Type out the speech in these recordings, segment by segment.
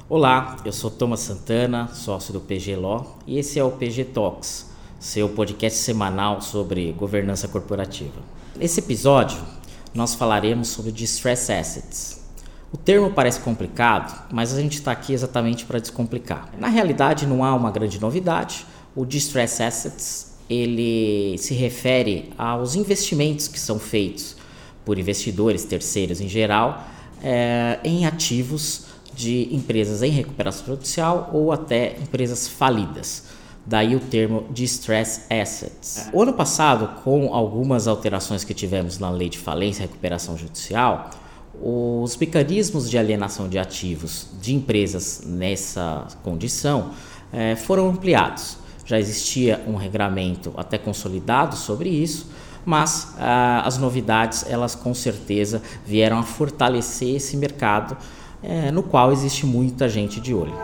Olá, eu sou Thomas Santana, sócio do PG Law, e esse é o PG Talks, seu podcast semanal sobre governança corporativa. Nesse episódio, nós falaremos sobre Distressed Assets. O termo parece complicado, mas a gente está aqui exatamente para descomplicar. Na realidade, não há uma grande novidade. O Distressed Assets ele se refere aos investimentos que são feitos por investidores terceiros em geral em ativos de empresas em recuperação judicial ou até empresas falidas. Daí o termo Distressed Assets. O ano passado, com algumas alterações que tivemos na lei de falência e recuperação judicial, os mecanismos de alienação de ativos de empresas nessa condição foram ampliados. Já existia um regramento até consolidado sobre isso, mas as novidades, elas com certeza vieram a fortalecer esse mercado no qual existe muita gente de olho.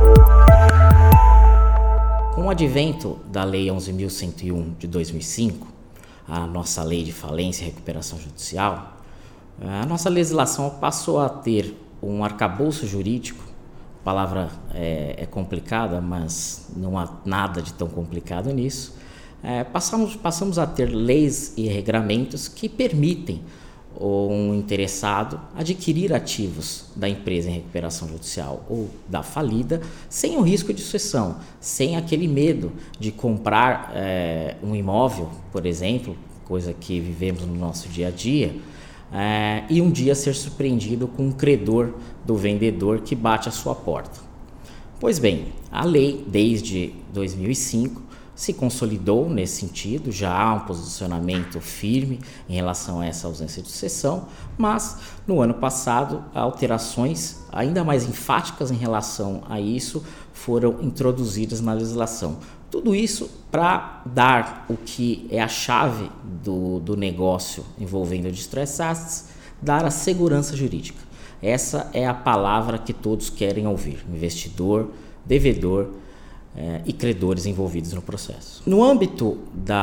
Com o advento da Lei 11.101 de 2005, a nossa lei de falência e recuperação judicial, a nossa legislação passou a ter um arcabouço jurídico. A palavra é complicada, mas não há nada de tão complicado nisso. Passamos a ter leis e regramentos que permitem um interessado adquirir ativos da empresa em recuperação judicial ou da falida sem o risco de sucessão, sem aquele medo de comprar um imóvel, por exemplo, coisa que vivemos no nosso dia a dia, e um dia ser surpreendido com um credor do vendedor que bate à sua porta. Pois bem, a lei desde 2005 se consolidou nesse sentido, já há um posicionamento firme em relação a essa ausência de sucessão, mas no ano passado alterações ainda mais enfáticas em relação a isso foram introduzidas na legislação. Tudo isso para dar o que é a chave do negócio envolvendo Distressed Assets, dar a segurança jurídica. Essa é a palavra que todos querem ouvir, investidor, devedor e credores envolvidos no processo. No âmbito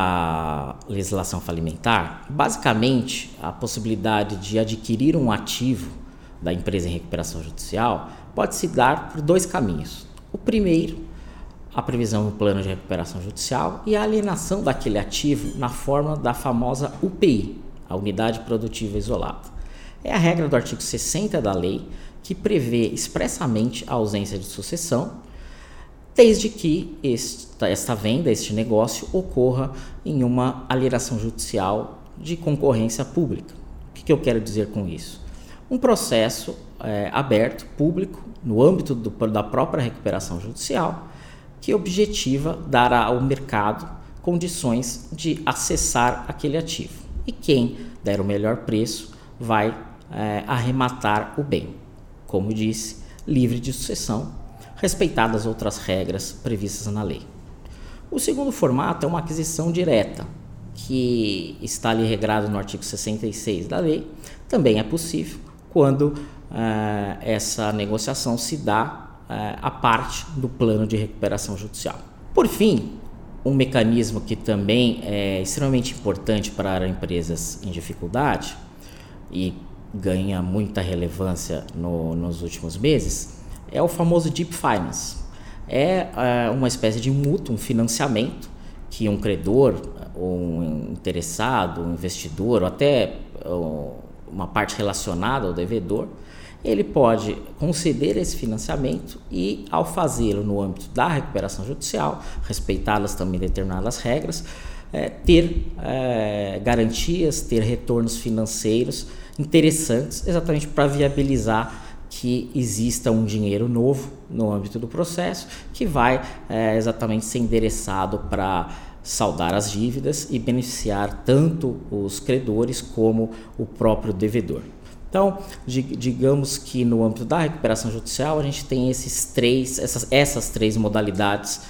da legislação falimentar, basicamente a possibilidade de adquirir um ativo da empresa em recuperação judicial pode se dar por dois caminhos. O primeiro, a previsão do plano de recuperação judicial e a alienação daquele ativo na forma da famosa UPI, a Unidade Produtiva Isolada. É a regra do artigo 60 da lei que prevê expressamente a ausência de sucessão, desde que esta venda, este negócio, ocorra em uma alienação judicial de concorrência pública. O que eu quero dizer com isso? Um processo aberto, público, no âmbito da própria recuperação judicial, que objetiva dar ao mercado condições de acessar aquele ativo. E quem der o melhor preço vai arrematar o bem. Como disse, livre de sucessão, respeitadas outras regras previstas na lei. O segundo formato é uma aquisição direta, que está ali regrado no artigo 66 da lei. Também é possível quando essa negociação se dá a parte do plano de recuperação judicial. Por fim, um mecanismo que também é extremamente importante para empresas em dificuldade e ganha muita relevância nos últimos meses é o famoso Deep Finance. É uma espécie de mútuo, um financiamento que um credor, ou um interessado, um investidor, ou até uma parte relacionada ao devedor, ele pode conceder esse financiamento e, ao fazê-lo no âmbito da recuperação judicial, respeitadas também determinadas regras, ter garantias, ter retornos financeiros interessantes, exatamente para viabilizar que exista um dinheiro novo no âmbito do processo que vai exatamente ser endereçado para saldar as dívidas e beneficiar tanto os credores como o próprio devedor. Então, digamos que no âmbito da recuperação judicial a gente tem essas três modalidades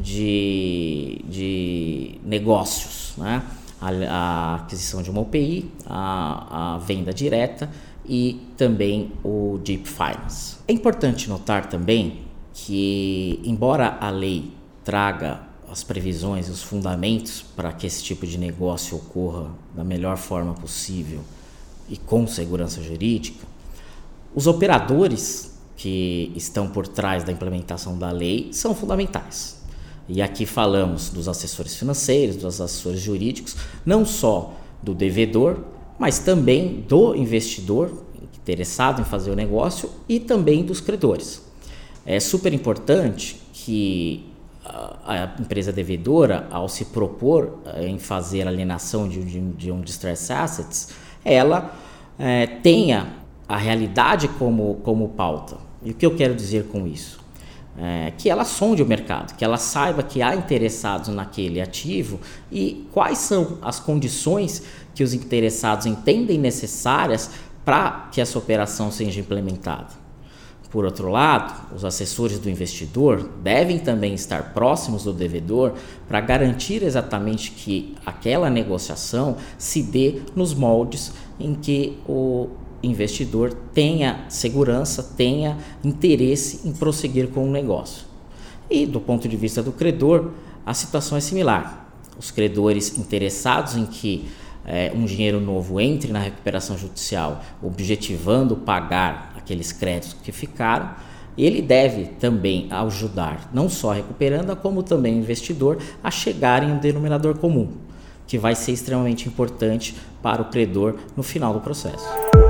de negócios, né? A aquisição de uma UPI, a venda direta e também o Deep Finance. É importante notar também que, embora a lei traga as previsões e os fundamentos para que esse tipo de negócio ocorra da melhor forma possível e com segurança jurídica, os operadores que estão por trás da implementação da lei são fundamentais. E aqui falamos dos assessores financeiros, dos assessores jurídicos, não só do devedor, mas também do investidor interessado em fazer o negócio e também dos credores. É super importante que a empresa devedora, ao se propor em fazer a alienação de um distressed assets, ela tenha a realidade como pauta. E o que eu quero dizer com isso? Que ela sonde o mercado, que ela saiba que há interessados naquele ativo e quais são as condições que os interessados entendem necessárias para que essa operação seja implementada. Por outro lado, os assessores do investidor devem também estar próximos do devedor para garantir exatamente que aquela negociação se dê nos moldes em que o investidor tenha segurança, tenha interesse em prosseguir com o negócio. E do ponto de vista do credor, a situação é similar. Os credores interessados em que um dinheiro novo entre na recuperação judicial, objetivando pagar aqueles créditos que ficaram, ele deve também ajudar, não só a recuperanda, como também o investidor, a chegar em um denominador comum, que vai ser extremamente importante para o credor no final do processo.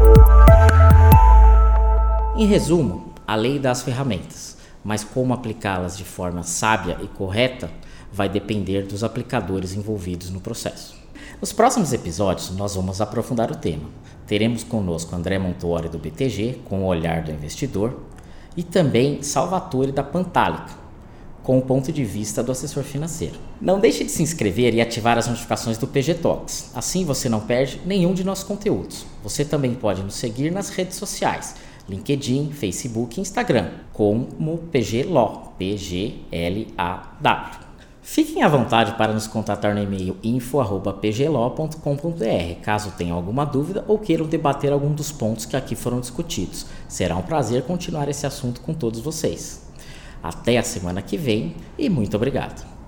Em resumo, a lei dá as ferramentas, mas como aplicá-las de forma sábia e correta vai depender dos aplicadores envolvidos no processo. Nos próximos episódios, nós vamos aprofundar o tema. Teremos conosco André Montuori do BTG, com o olhar do investidor, e também Salvatore da Pantalica, com o ponto de vista do assessor financeiro. Não deixe de se inscrever e ativar as notificações do PG Talks, assim você não perde nenhum de nossos conteúdos. Você também pode nos seguir nas redes sociais, LinkedIn, Facebook e Instagram, como PG Law, PGLAW. Fiquem à vontade para nos contatar no e-mail info@pglaw.com.br, caso tenham alguma dúvida ou queiram debater algum dos pontos que aqui foram discutidos. Será um prazer continuar esse assunto com todos vocês. Até a semana que vem e muito obrigado.